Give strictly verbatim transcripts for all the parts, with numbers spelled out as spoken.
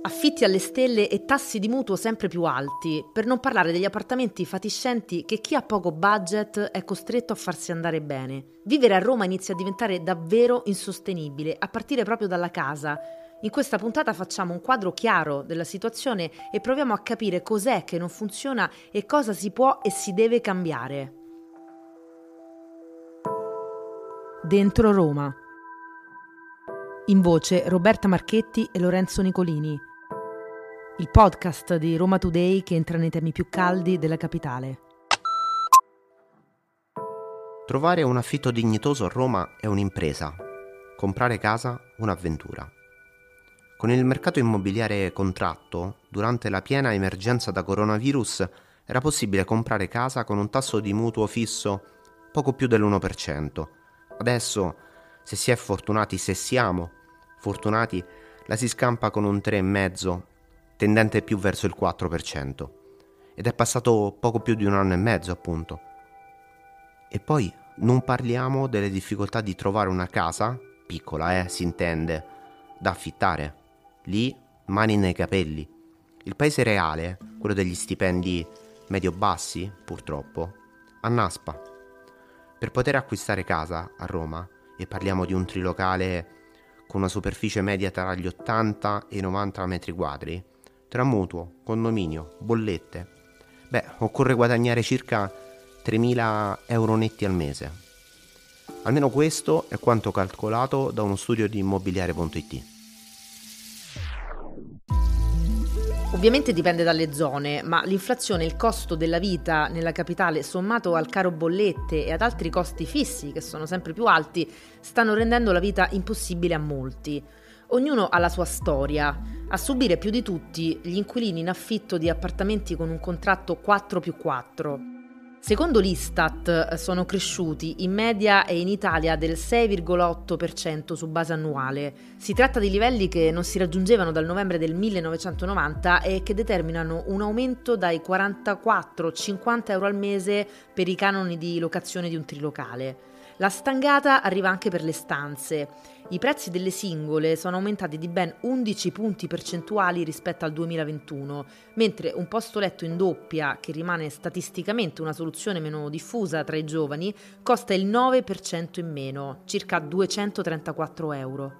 Affitti alle stelle e tassi di mutuo sempre più alti, per non parlare degli appartamenti fatiscenti che chi ha poco budget è costretto a farsi andare bene. Vivere a Roma inizia a diventare davvero insostenibile, a partire proprio dalla casa. In questa puntata facciamo un quadro chiaro della situazione e proviamo a capire cos'è che non funziona e cosa si può e si deve cambiare. Dentro Roma. In voce Roberta Marchetti e Lorenzo Nicolini. Il podcast di Roma Today che entra nei temi più caldi della capitale. Trovare un affitto dignitoso a Roma è un'impresa. Comprare casa un'avventura. Con il mercato immobiliare contratto, durante la piena emergenza da coronavirus, era possibile comprare casa con un tasso di mutuo fisso poco più dell'uno per cento. Adesso, se si è fortunati, se siamo fortunati, la si scampa con un tre virgola cinque per cento, tendente più verso il quattro per cento. Ed è passato poco più di un anno e mezzo, appunto. E poi non parliamo delle difficoltà di trovare una casa, piccola, eh, si intende, da affittare. Lì, mani nei capelli. Il paese reale, quello degli stipendi medio-bassi, purtroppo, annaspa. Per poter acquistare casa a Roma, e parliamo di un trilocale con una superficie media tra gli ottanta e i novanta metri quadri, tra mutuo, condominio, bollette, beh, occorre guadagnare circa tremila euro netti al mese. Almeno questo è quanto calcolato da uno studio di immobiliare punto it. Ovviamente dipende dalle zone, ma l'inflazione e il costo della vita nella capitale, sommato al caro bollette e ad altri costi fissi che sono sempre più alti, stanno rendendo la vita impossibile a molti. Ognuno ha la sua storia. A subire più di tutti gli inquilini in affitto di appartamenti con un contratto quattro più quattro. Secondo l'Istat sono cresciuti in media e in Italia del sei virgola otto per cento su base annuale. Si tratta di livelli che non si raggiungevano dal novembre del millenovecentonovanta e che determinano un aumento dai quarantaquattro cinquanta euro al mese per i canoni di locazione di un trilocale. La stangata arriva anche per le stanze. I prezzi delle singole sono aumentati di ben undici punti percentuali rispetto al duemilaventuno, mentre un posto letto in doppia, che rimane statisticamente una soluzione meno diffusa tra i giovani, costa il nove per cento in meno, circa duecentotrentaquattro euro.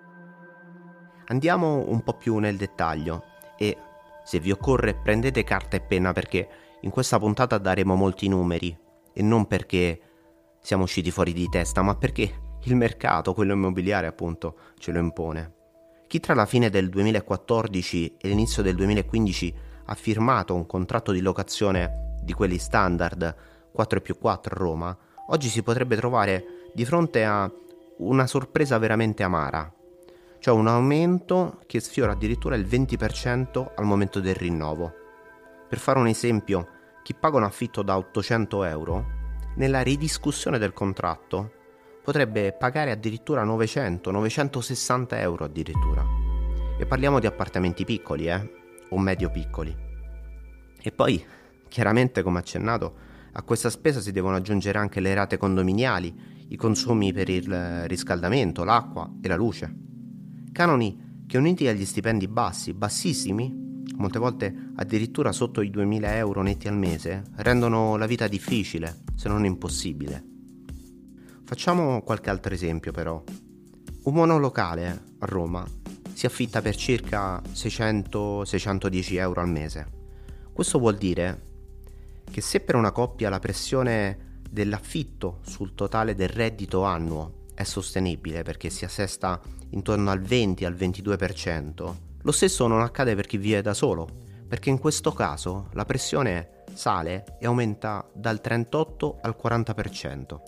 Andiamo un po' più nel dettaglio e, se vi occorre, prendete carta e penna perché in questa puntata daremo molti numeri e non perché siamo usciti fuori di testa, ma perché il mercato, quello immobiliare appunto, ce lo impone. Chi tra la fine del duemilaquattordici e l'inizio del duemilaquindici ha firmato un contratto di locazione di quelli standard quattro più quattro a Roma, oggi si potrebbe trovare di fronte a una sorpresa veramente amara, cioè un aumento che sfiora addirittura il venti per cento al momento del rinnovo. Per fare un esempio, chi paga un affitto da ottocento euro, nella ridiscussione del contratto potrebbe pagare addirittura novecento novecentosessanta euro addirittura. E parliamo di appartamenti piccoli, eh? O medio piccoli. E poi, chiaramente, come accennato, a questa spesa si devono aggiungere anche le rate condominiali, i consumi per il riscaldamento, l'acqua e la luce. Canoni che, uniti agli stipendi bassi, bassissimi, molte volte addirittura sotto i duemila euro netti al mese, rendono la vita difficile, se non impossibile. Facciamo qualche altro esempio però. Un monolocale a Roma si affitta per circa seicento seicentodieci euro al mese. Questo vuol dire che se per una coppia la pressione dell'affitto sul totale del reddito annuo è sostenibile perché si assesta intorno al venti al ventidue per cento, lo stesso non accade per chi vive da solo, perché in questo caso la pressione sale e aumenta dal trentotto al quaranta per cento.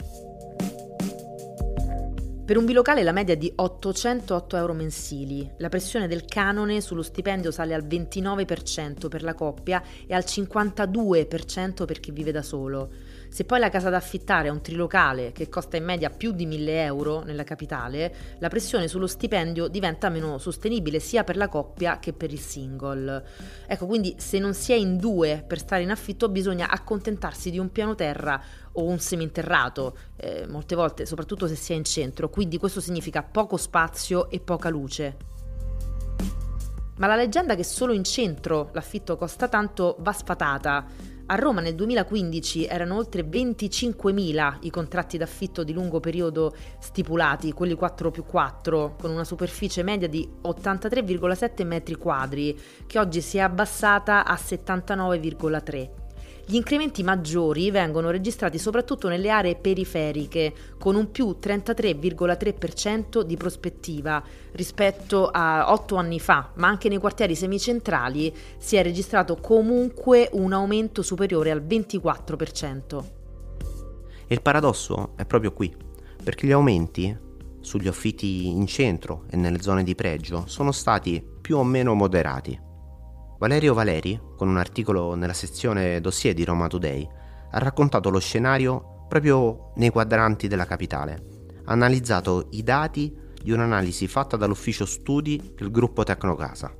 Per un bilocale la media è di ottocentotto euro mensili. La pressione del canone sullo stipendio sale al ventinove per cento per la coppia e al cinquantadue per cento per chi vive da solo. Se poi la casa da affittare è un trilocale che costa in media più di mille euro nella capitale, la pressione sullo stipendio diventa meno sostenibile sia per la coppia che per il single. Ecco, quindi se non si è in due per stare in affitto bisogna accontentarsi di un piano terra o un seminterrato, eh, molte volte, soprattutto se si è in centro, quindi questo significa poco spazio e poca luce. Ma la leggenda che solo in centro l'affitto costa tanto va sfatata. A Roma nel duemilaquindici erano oltre venticinquemila i contratti d'affitto di lungo periodo stipulati, quelli quattro più quattro, con una superficie media di ottantatré virgola sette metri quadri, che oggi si è abbassata a settantanove virgola tre. Gli incrementi maggiori vengono registrati soprattutto nelle aree periferiche, con un più trentatré virgola tre per cento di prospettiva rispetto a otto anni fa, ma anche nei quartieri semicentrali si è registrato comunque un aumento superiore al ventiquattro per cento. E il paradosso è proprio qui, perché gli aumenti sugli affitti in centro e nelle zone di pregio sono stati più o meno moderati. Valerio Valeri, con un articolo nella sezione dossier di Roma Today, ha raccontato lo scenario proprio nei quadranti della capitale. Ha analizzato i dati di un'analisi fatta dall'ufficio studi del gruppo Tecnocasa.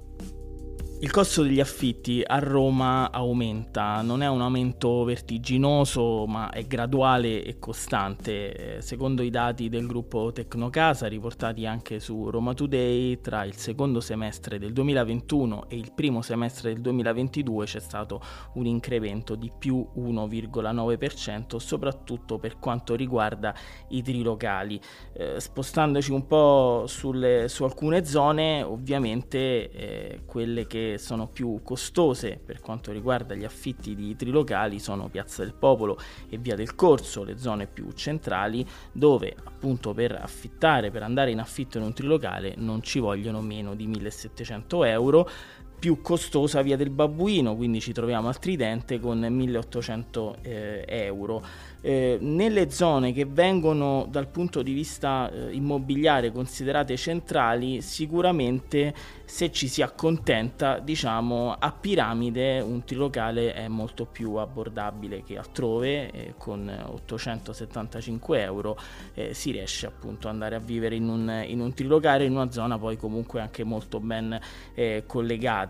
Il costo degli affitti a Roma aumenta, non è un aumento vertiginoso, ma è graduale e costante. Secondo i dati del gruppo Tecnocasa, riportati anche su Roma Today, tra il secondo semestre del duemilaventuno e il primo semestre del duemilaventidue c'è stato un incremento di più uno virgola nove per cento, soprattutto per quanto riguarda i trilocali. Eh, spostandoci un po' sulle, su alcune zone, ovviamente eh, quelle che sono più costose per quanto riguarda gli affitti di trilocali sono Piazza del Popolo e Via del Corso, le zone più centrali, dove appunto per affittare, per andare in affitto in un trilocale non ci vogliono meno di millesettecento euro. Più costosa Via del Babbuino, quindi ci troviamo al Tridente con milleottocento eh, euro. Eh, nelle zone che vengono dal punto di vista eh, immobiliare considerate centrali, sicuramente se ci si accontenta, diciamo, a Piramide un trilocale è molto più abbordabile che altrove, eh, con ottocentosettantacinque euro eh, si riesce appunto ad andare a vivere in un, in un trilocale in una zona poi comunque anche molto ben eh, collegata.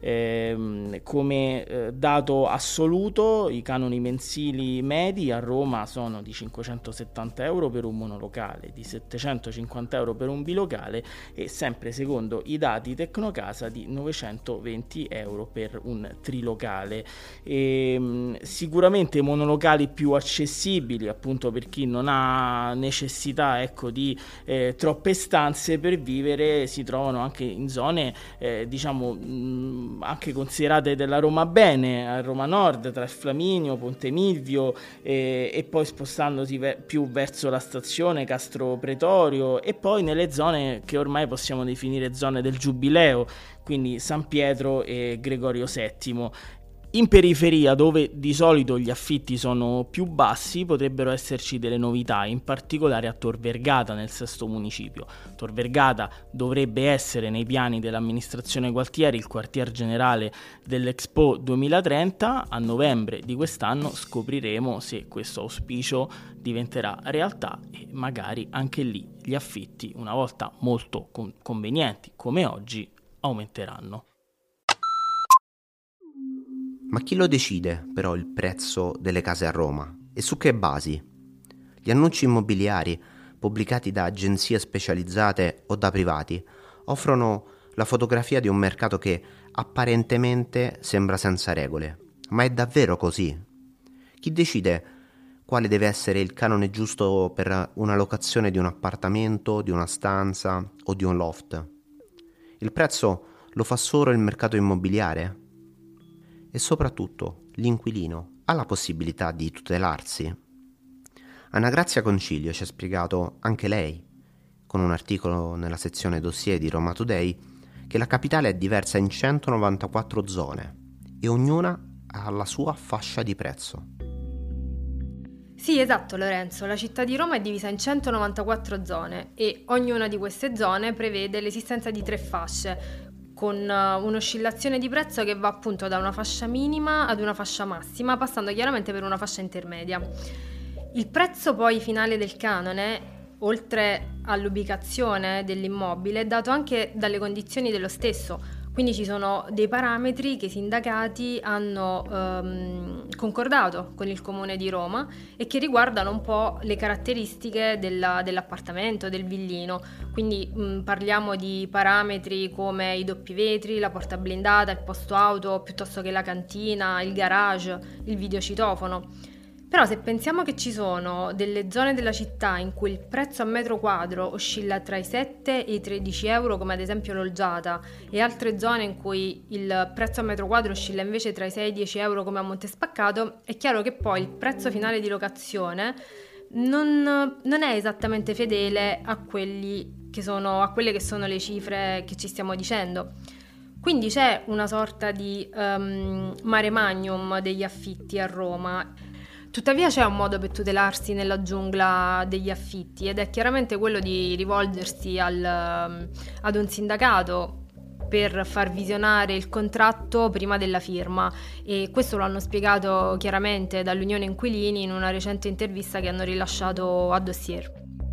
Eh, come eh, dato assoluto, i canoni mensili medi a Roma sono di cinquecentosettanta euro per un monolocale, di settecentocinquanta euro per un bilocale e, sempre secondo i dati Tecnocasa, di novecentoventi euro per un trilocale. E, sicuramente monolocali più accessibili appunto per chi non ha necessità, ecco, di eh, troppe stanze per vivere, si trovano anche in zone eh, diciamo mh, anche considerate della Roma Bene, a Roma Nord, tra il Flaminio, Ponte Milvio e, e poi spostandosi ve- più verso la stazione Castro Pretorio, e poi nelle zone che ormai possiamo definire zone del Giubileo, quindi San Pietro e Gregorio settimo. In periferia, dove di solito gli affitti sono più bassi, potrebbero esserci delle novità, in particolare a Tor Vergata, nel sesto municipio. Tor Vergata dovrebbe essere nei piani dell'amministrazione Gualtieri il quartier generale dell'Expo duemilatrenta. A novembre di quest'anno scopriremo se questo auspicio diventerà realtà e magari anche lì gli affitti, una volta molto con- convenienti come oggi, aumenteranno. Ma chi lo decide però il prezzo delle case a Roma? E su che basi? Gli annunci immobiliari pubblicati da agenzie specializzate o da privati offrono la fotografia di un mercato che apparentemente sembra senza regole. Ma è davvero così? Chi decide quale deve essere il canone giusto per una locazione di un appartamento, di una stanza o di un loft? Il prezzo lo fa solo il mercato immobiliare? E soprattutto l'inquilino ha la possibilità di tutelarsi? Anna Grazia Concilio ci ha spiegato anche lei, con un articolo nella sezione dossier di Roma Today, che la capitale è diversa in centonovantaquattro zone e ognuna ha la sua fascia di prezzo. Sì, esatto Lorenzo, la città di Roma è divisa in centonovantaquattro zone e ognuna di queste zone prevede l'esistenza di tre fasce, con un'oscillazione di prezzo che va appunto da una fascia minima ad una fascia massima, passando chiaramente per una fascia intermedia. Il prezzo poi finale del canone, oltre all'ubicazione dell'immobile, è dato anche dalle condizioni dello stesso. Quindi ci sono dei parametri che i sindacati hanno ehm, concordato con il Comune di Roma e che riguardano un po' le caratteristiche della, dell'appartamento, del villino. Quindi mh, parliamo di parametri come i doppi vetri, la porta blindata, il posto auto, piuttosto che la cantina, il garage, il videocitofono. Però se pensiamo che ci sono delle zone della città in cui il prezzo a metro quadro oscilla tra i sette e i tredici euro, come ad esempio l'Olgiata, e altre zone in cui il prezzo a metro quadro oscilla invece tra i sei e i dieci euro, come a Montespaccato, è chiaro che poi il prezzo finale di locazione non, non è esattamente fedele a, quelli che sono, a quelle che sono le cifre che ci stiamo dicendo. Quindi c'è una sorta di um, mare magnum degli affitti a Roma. Tuttavia c'è un modo per tutelarsi nella giungla degli affitti ed è chiaramente quello di rivolgersi al, ad un sindacato per far visionare il contratto prima della firma, e questo lo hanno spiegato chiaramente dall'Unione Inquilini in una recente intervista che hanno rilasciato a Dossier.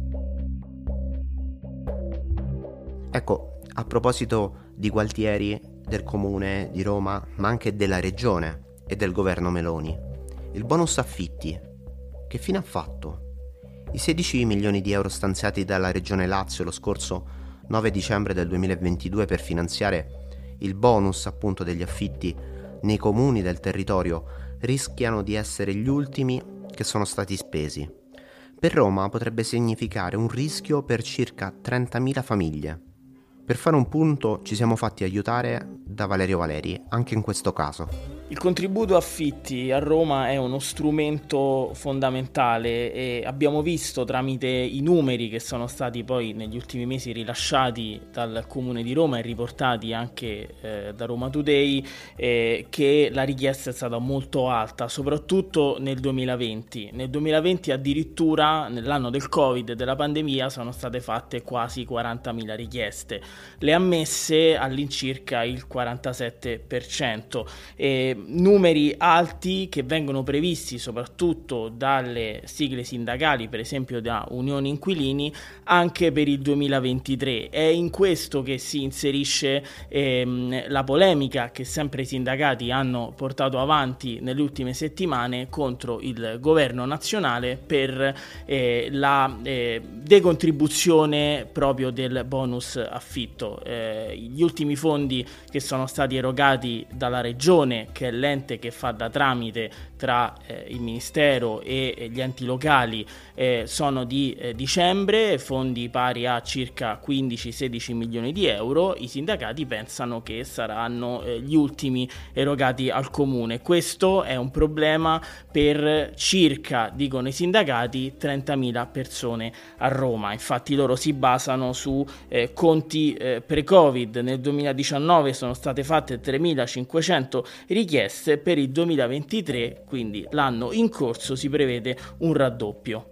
Ecco, a proposito di Gualtieri, del Comune di Roma, ma anche della Regione e del governo Meloni, il bonus affitti, che fine ha fatto? I sedici milioni di euro stanziati dalla Regione Lazio lo scorso nove dicembre del duemilaventidue per finanziare il bonus appunto degli affitti nei comuni del territorio rischiano di essere gli ultimi che sono stati spesi. Per Roma potrebbe significare un rischio per circa trentamila famiglie. Per fare un punto ci siamo fatti aiutare da Valerio Valeri, anche in questo caso. Il contributo affitti a Roma è uno strumento fondamentale e abbiamo visto tramite i numeri che sono stati poi negli ultimi mesi rilasciati dal Comune di Roma e riportati anche eh, da Roma Today eh, che la richiesta è stata molto alta, soprattutto nel duemilaventi. Nel duemilaventi addirittura, nell'anno del Covid e della pandemia, sono state fatte quasi quarantamila richieste. Le ammesse all'incirca il quarantasette per cento. E numeri alti che vengono previsti soprattutto dalle sigle sindacali, per esempio da Unione Inquilini, anche per il duemilaventitré. È in questo che si inserisce ehm, la polemica che sempre i sindacati hanno portato avanti nelle ultime settimane contro il governo nazionale per eh, la eh, decontribuzione proprio del bonus affitto. Eh, gli ultimi fondi che sono stati erogati dalla regione, che è l'ente che fa da tramite tra eh, il Ministero e eh, gli enti locali, eh, sono di eh, dicembre, fondi pari a circa quindici sedici milioni di euro. I sindacati pensano che saranno eh, gli ultimi erogati al comune. Questo è un problema per circa, dicono i sindacati, trentamila persone a Roma. Infatti loro si basano su eh, conti eh, pre-Covid. Nel duemiladiciannove sono state fatte tremilacinquecento richieste, per il duemilaventitré, quindi l'anno in corso, si prevede un raddoppio.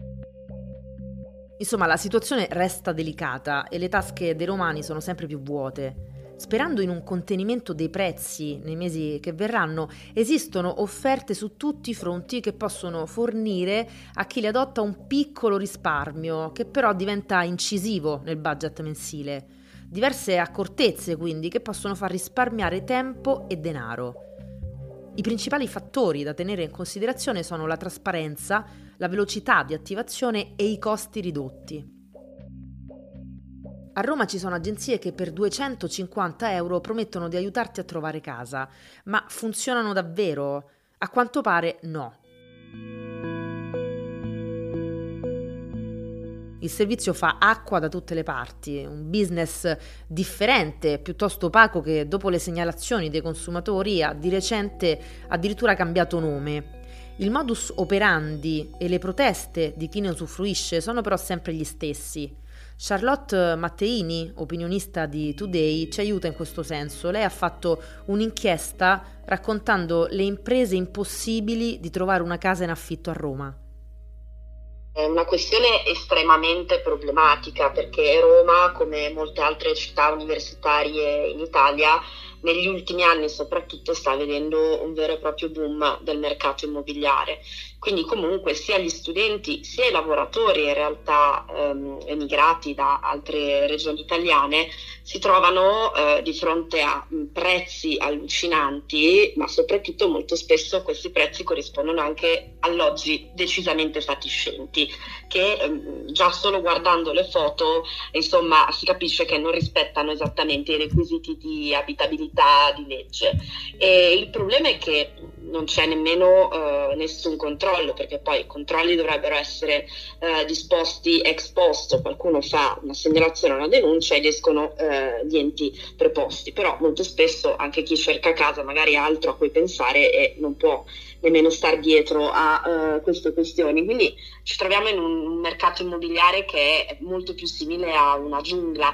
Insomma, la situazione resta delicata e le tasche dei romani sono sempre più vuote. Sperando in un contenimento dei prezzi nei mesi che verranno, esistono offerte su tutti i fronti che possono fornire a chi le adotta un piccolo risparmio, che però diventa incisivo nel budget mensile. Diverse accortezze, quindi, che possono far risparmiare tempo e denaro. I principali fattori da tenere in considerazione sono la trasparenza, la velocità di attivazione e i costi ridotti. A Roma ci sono agenzie che per duecentocinquanta euro promettono di aiutarti a trovare casa, ma funzionano davvero? A quanto pare no. Il servizio fa acqua da tutte le parti, un business differente, piuttosto opaco, che dopo le segnalazioni dei consumatori ha di recente addirittura cambiato nome. Il modus operandi e le proteste di chi ne usufruisce sono però sempre gli stessi. Charlotte Matteini, opinionista di Today, ci aiuta in questo senso. Lei ha fatto un'inchiesta raccontando le imprese impossibili di trovare una casa in affitto a Roma. È una questione estremamente problematica perché Roma, come molte altre città universitarie in Italia, negli ultimi anni soprattutto sta vedendo un vero e proprio boom del mercato immobiliare. Quindi comunque sia gli studenti sia i lavoratori in realtà ehm, emigrati da altre regioni italiane si trovano eh, di fronte a mh, prezzi allucinanti, ma soprattutto molto spesso questi prezzi corrispondono anche alloggi decisamente fatiscenti, che ehm, già solo guardando le foto insomma si capisce che non rispettano esattamente i requisiti di abitabilità di legge. E il problema è che non c'è nemmeno eh, nessun controllo, perché poi i controlli dovrebbero essere eh, disposti ex post, qualcuno fa una segnalazione o una denuncia ed escono eh, gli enti preposti, però molto spesso anche chi cerca casa magari ha altro a cui pensare e non può nemmeno star dietro a uh, queste questioni, quindi ci troviamo in un mercato immobiliare che è molto più simile a una giungla.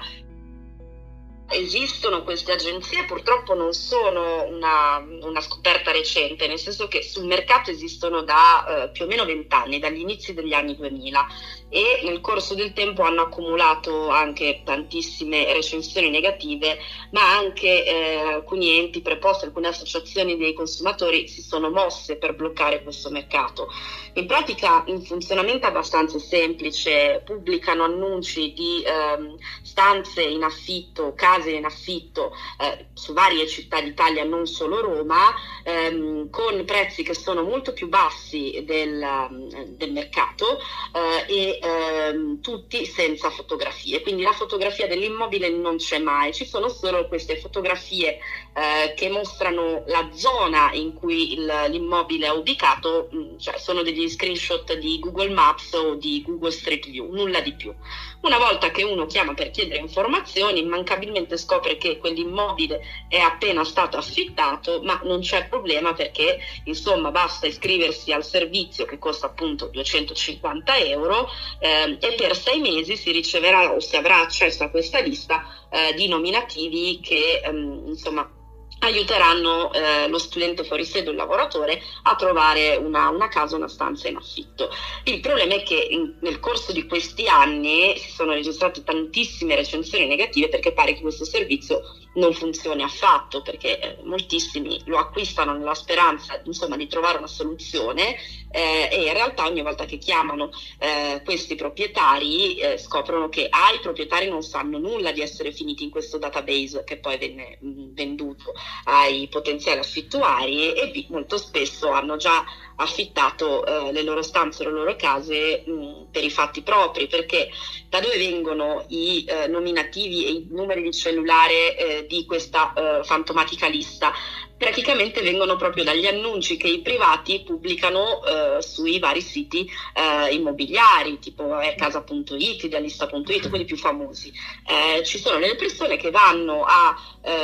Esistono queste agenzie, purtroppo non sono una, una scoperta recente, nel senso che sul mercato esistono da eh, più o meno vent'anni, dagli inizi degli anni duemila, e nel corso del tempo hanno accumulato anche tantissime recensioni negative, ma anche eh, alcuni enti preposti, alcune associazioni dei consumatori si sono mosse per bloccare questo mercato. In pratica il funzionamento è abbastanza semplice: pubblicano annunci di ehm, stanze in affitto, case in affitto eh, su varie città d'Italia, non solo Roma, ehm, con prezzi che sono molto più bassi del, del mercato eh, e ehm, tutti senza fotografie, quindi la fotografia dell'immobile non c'è mai, ci sono solo queste fotografie eh, che mostrano la zona in cui il, l'immobile è ubicato, cioè sono degli screenshot di Google Maps o di Google Street View, nulla di più. Una volta che uno chiama per chiedere informazioni, immancabilmente scopre che quell'immobile è appena stato affittato, ma non c'è problema perché insomma basta iscriversi al servizio che costa appunto duecentocinquanta euro eh, e per sei mesi si riceverà o si avrà accesso a questa lista eh, di nominativi che ehm, insomma aiuteranno eh, lo studente fuori sede o il lavoratore a trovare una, una casa, una stanza in affitto. Il problema è che in, nel corso di questi anni si sono registrate tantissime recensioni negative, perché pare che questo servizio non funzioni affatto, perché eh, moltissimi lo acquistano nella speranza insomma di trovare una soluzione eh, e in realtà ogni volta che chiamano eh, questi proprietari eh, scoprono che A, i proprietari non sanno nulla di essere finiti in questo database che poi venne mh, venduto ai potenziali affittuari, e B, molto spesso hanno già affittato eh, le loro stanze, le loro case mh, per i fatti propri, perché da dove vengono i eh, nominativi e i numeri di cellulare eh, di questa eh, fantomatica lista? Praticamente vengono proprio dagli annunci che i privati pubblicano eh, sui vari siti eh, immobiliari, tipo eh, casa punto it, idealista punto it, quelli più famosi. Eh, ci sono delle persone che vanno a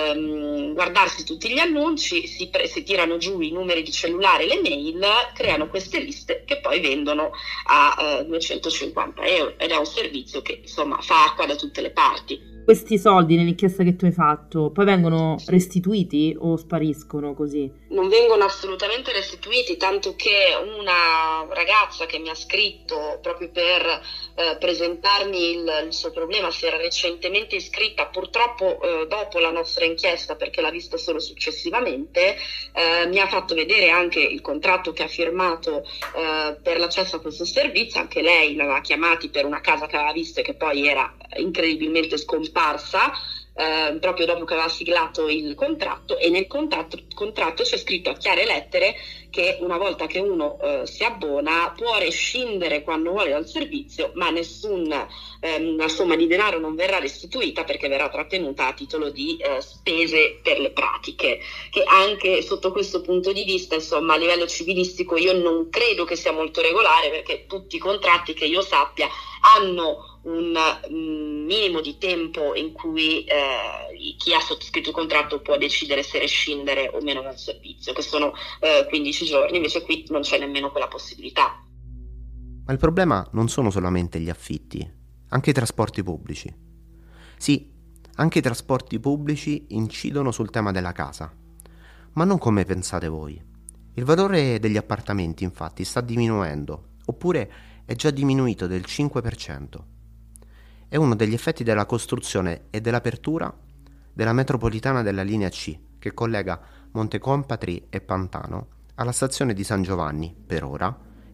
ehm, guardarsi tutti gli annunci, si, pre- si tirano giù i numeri di cellulare e le mail, creano queste liste che poi vendono a eh, duecentocinquanta euro, ed è un servizio che insomma fa acqua da tutte le parti. Questi soldi nell'inchiesta che tu hai fatto poi vengono restituiti o spariscono così? Non vengono assolutamente restituiti, tanto che una ragazza che mi ha scritto proprio per eh, presentarmi il, il suo problema si era recentemente iscritta, purtroppo eh, dopo la nostra inchiesta, perché l'ha vista solo successivamente, eh, mi ha fatto vedere anche il contratto che ha firmato eh, per l'accesso a questo servizio. Anche lei l'aveva chiamati per una casa che aveva visto e che poi era incredibilmente scomparsa Eh, proprio dopo che aveva siglato il contratto, e nel contratto, contratto c'è scritto a chiare lettere che una volta che uno eh, si abbona può rescindere quando vuole dal servizio, ma nessuna ehm, somma di denaro non verrà restituita, perché verrà trattenuta a titolo di eh, spese per le pratiche, che anche sotto questo punto di vista insomma a livello civilistico io non credo che sia molto regolare, perché tutti i contratti che io sappia hanno un um, minimo di tempo in cui eh, chi ha sottoscritto il contratto può decidere se rescindere o meno dal servizio, che sono eh, quindici giorni, invece qui non c'è nemmeno quella possibilità. Ma il problema non sono solamente gli affitti, anche i trasporti pubblici. Sì, anche i trasporti pubblici incidono sul tema della casa, ma non come pensate voi. Il valore degli appartamenti infatti sta diminuendo, oppure è già diminuito del cinque per cento. È uno degli effetti della costruzione e dell'apertura della metropolitana della linea C, che collega Montecompatri e Pantano alla stazione di San Giovanni, per ora,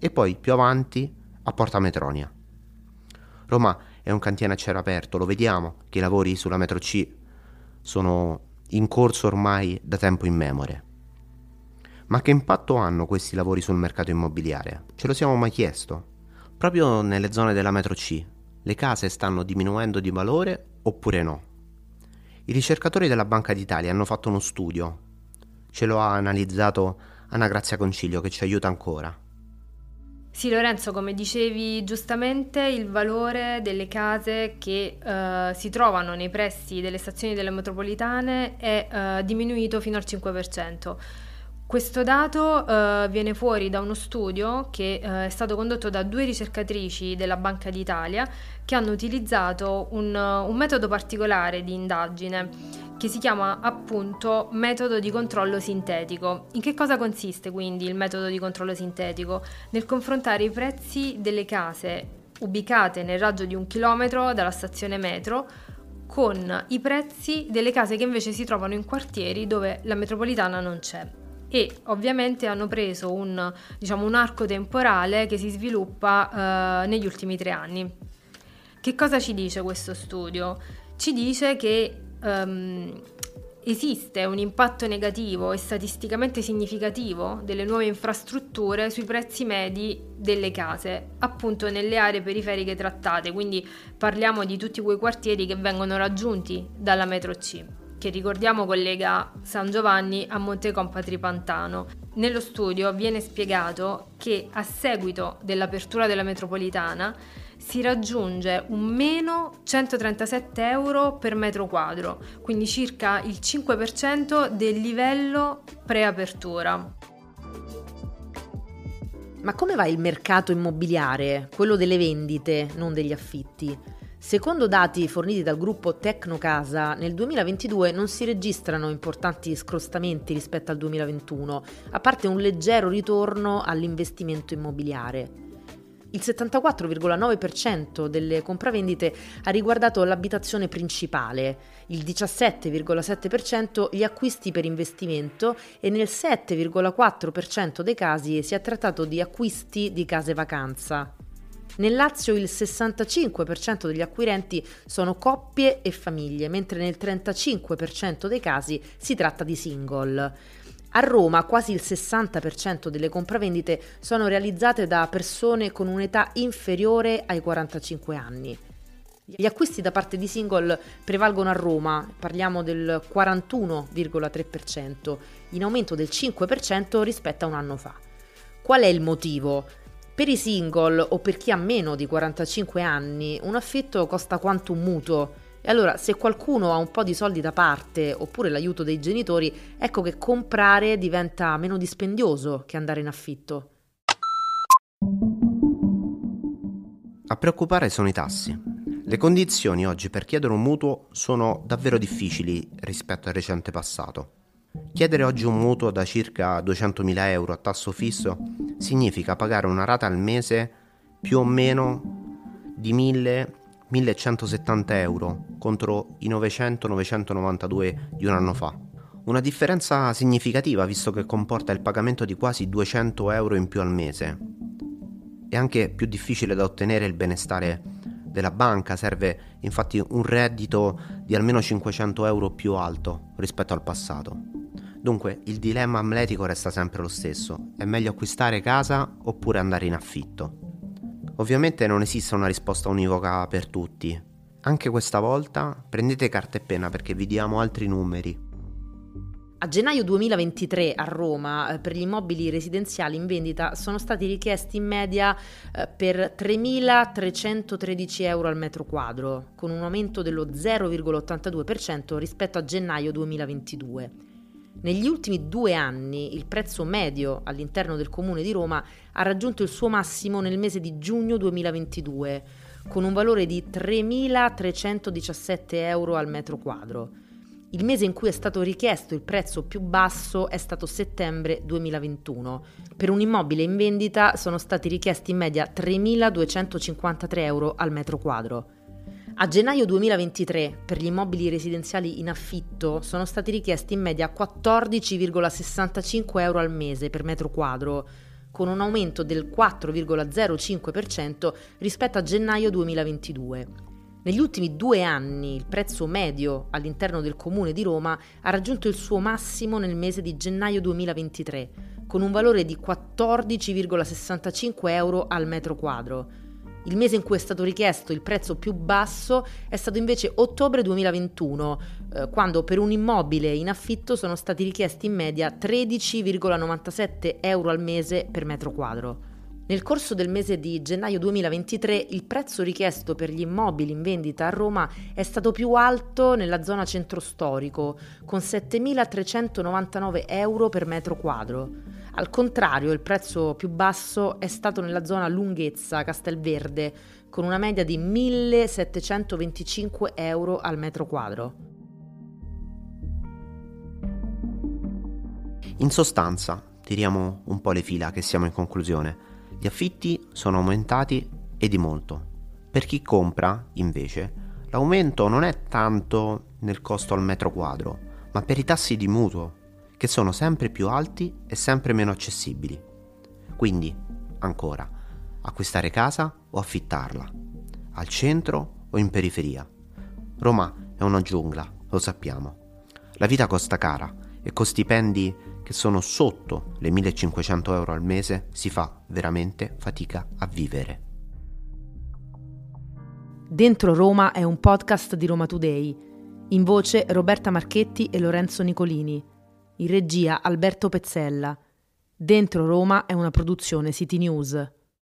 e poi più avanti a Porta Metronia. Roma è un cantiere a cielo aperto, lo vediamo che i lavori sulla metro C sono in corso ormai da tempo immemore. Ma che impatto hanno questi lavori sul mercato immobiliare? Ce lo siamo mai chiesto? Proprio nelle zone della metro C, le case stanno diminuendo di valore oppure no? I ricercatori della Banca d'Italia hanno fatto uno studio, ce lo ha analizzato Anna Grazia Concilio, che ci aiuta ancora. Sì, Lorenzo, come dicevi giustamente, il valore delle case che eh, si trovano nei pressi delle stazioni delle metropolitane è eh, diminuito fino al cinque per cento. Questo dato eh, viene fuori da uno studio che eh, è stato condotto da due ricercatrici della Banca d'Italia che hanno utilizzato un, un metodo particolare di indagine che si chiama appunto metodo di controllo sintetico. In che cosa consiste quindi il metodo di controllo sintetico? Nel confrontare i prezzi delle case ubicate nel raggio di un chilometro dalla stazione metro con i prezzi delle case che invece si trovano in quartieri dove la metropolitana non c'è. E ovviamente hanno preso un, diciamo, un arco temporale che si sviluppa eh, negli ultimi tre anni. Che cosa ci dice questo studio? Ci dice che um, esiste un impatto negativo e statisticamente significativo delle nuove infrastrutture sui prezzi medi delle case, appunto nelle aree periferiche trattate, quindi parliamo di tutti quei quartieri che vengono raggiunti dalla metro C, che ricordiamo collega San Giovanni a Montecompatri Pantano. Nello studio viene spiegato che a seguito dell'apertura della metropolitana si raggiunge un meno centotrentasette euro per metro quadro, quindi circa il cinque per cento del livello preapertura. Ma come va il mercato immobiliare, quello delle vendite, non degli affitti? Secondo dati forniti dal gruppo Tecnocasa, nel duemilaventidue non si registrano importanti scrostamenti rispetto al duemilaventuno, a parte un leggero ritorno all'investimento immobiliare. Il settantaquattro virgola nove per cento delle compravendite ha riguardato l'abitazione principale, il diciassette virgola sette per cento gli acquisti per investimento e nel sette virgola quattro per cento dei casi si è trattato di acquisti di case vacanza. Nel Lazio il sessantacinque per cento degli acquirenti sono coppie e famiglie, mentre nel trentacinque per cento dei casi si tratta di single. A Roma quasi il sessanta per cento delle compravendite sono realizzate da persone con un'età inferiore ai quarantacinque anni. Gli acquisti da parte di single prevalgono a Roma, parliamo del quarantuno virgola tre per cento, in aumento del cinque per cento rispetto a un anno fa. Qual è il motivo? Per i single o per chi ha meno di quarantacinque anni, un affitto costa quanto un mutuo. E allora, se qualcuno ha un po' di soldi da parte oppure l'aiuto dei genitori, ecco che comprare diventa meno dispendioso che andare in affitto. A preoccupare sono i tassi. Le condizioni oggi per chiedere un mutuo sono davvero difficili rispetto al recente passato. Chiedere oggi un mutuo da circa duecentomila euro a tasso fisso significa pagare una rata al mese più o meno di mille millecentosettanta euro contro i novecento novecentonovantadue di un anno fa. Una differenza significativa visto che comporta il pagamento di quasi duecento euro in più al mese. È anche più difficile da ottenere il benestare della banca, serve infatti un reddito di almeno cinquecento euro più alto rispetto al passato. Dunque il dilemma amletico resta sempre lo stesso: è meglio acquistare casa oppure andare in affitto? Ovviamente non esiste una risposta univoca per tutti. Anche questa volta prendete carta e penna perché vi diamo altri numeri. A gennaio duemilaventitré a Roma per gli immobili residenziali in vendita sono stati richiesti in media per tremilatrecentotredici euro al metro quadro, con un aumento dello zero virgola ottantadue per cento rispetto a gennaio duemilaventidue. Negli ultimi due anni il prezzo medio all'interno del comune di Roma ha raggiunto il suo massimo nel mese di giugno duemilaventidue, con un valore di tremilatrecentodiciassette euro al metro quadro. Il mese in cui è stato richiesto il prezzo più basso è stato settembre duemilaventuno. Per un immobile in vendita sono stati richiesti in media tremiladuecentocinquantatré euro al metro quadro. A gennaio duemilaventitré per gli immobili residenziali in affitto sono stati richiesti in media quattordici virgola sessantacinque euro al mese per metro quadro, con un aumento del quattro virgola zero cinque per cento rispetto a gennaio duemilaventidue. Negli ultimi due anni il prezzo medio all'interno del comune di Roma ha raggiunto il suo massimo nel mese di gennaio duemilaventitré, con un valore di quattordici virgola sessantacinque euro al metro quadro. Il mese in cui è stato richiesto il prezzo più basso è stato invece ottobre duemilaventuno, eh, quando per un immobile in affitto sono stati richiesti in media tredici virgola novantasette euro al mese per metro quadro. Nel corso del mese di gennaio duemilaventitré il prezzo richiesto per gli immobili in vendita a Roma è stato più alto nella zona centro storico, con settemilatrecentonovantanove euro per metro quadro. Al contrario, il prezzo più basso è stato nella zona Lunghezza, Castelverde, con una media di millesettecentoventicinque euro al metro quadro. In sostanza, tiriamo un po' le fila che siamo in conclusione. Gli affitti sono aumentati e di molto. Per chi compra, invece, l'aumento non è tanto nel costo al metro quadro, ma per i tassi di mutuo, che sono sempre più alti e sempre meno accessibili. Quindi, ancora, acquistare casa o affittarla? Al centro o in periferia? Roma è una giungla, lo sappiamo. La vita costa cara e con stipendi che sono sotto le millecinquecento euro al mese si fa veramente fatica a vivere. Dentro Roma è un podcast di Roma Today. In voce Roberta Marchetti e Lorenzo Nicolini. In regia Alberto Pezzella. Dentro Roma è una produzione City News.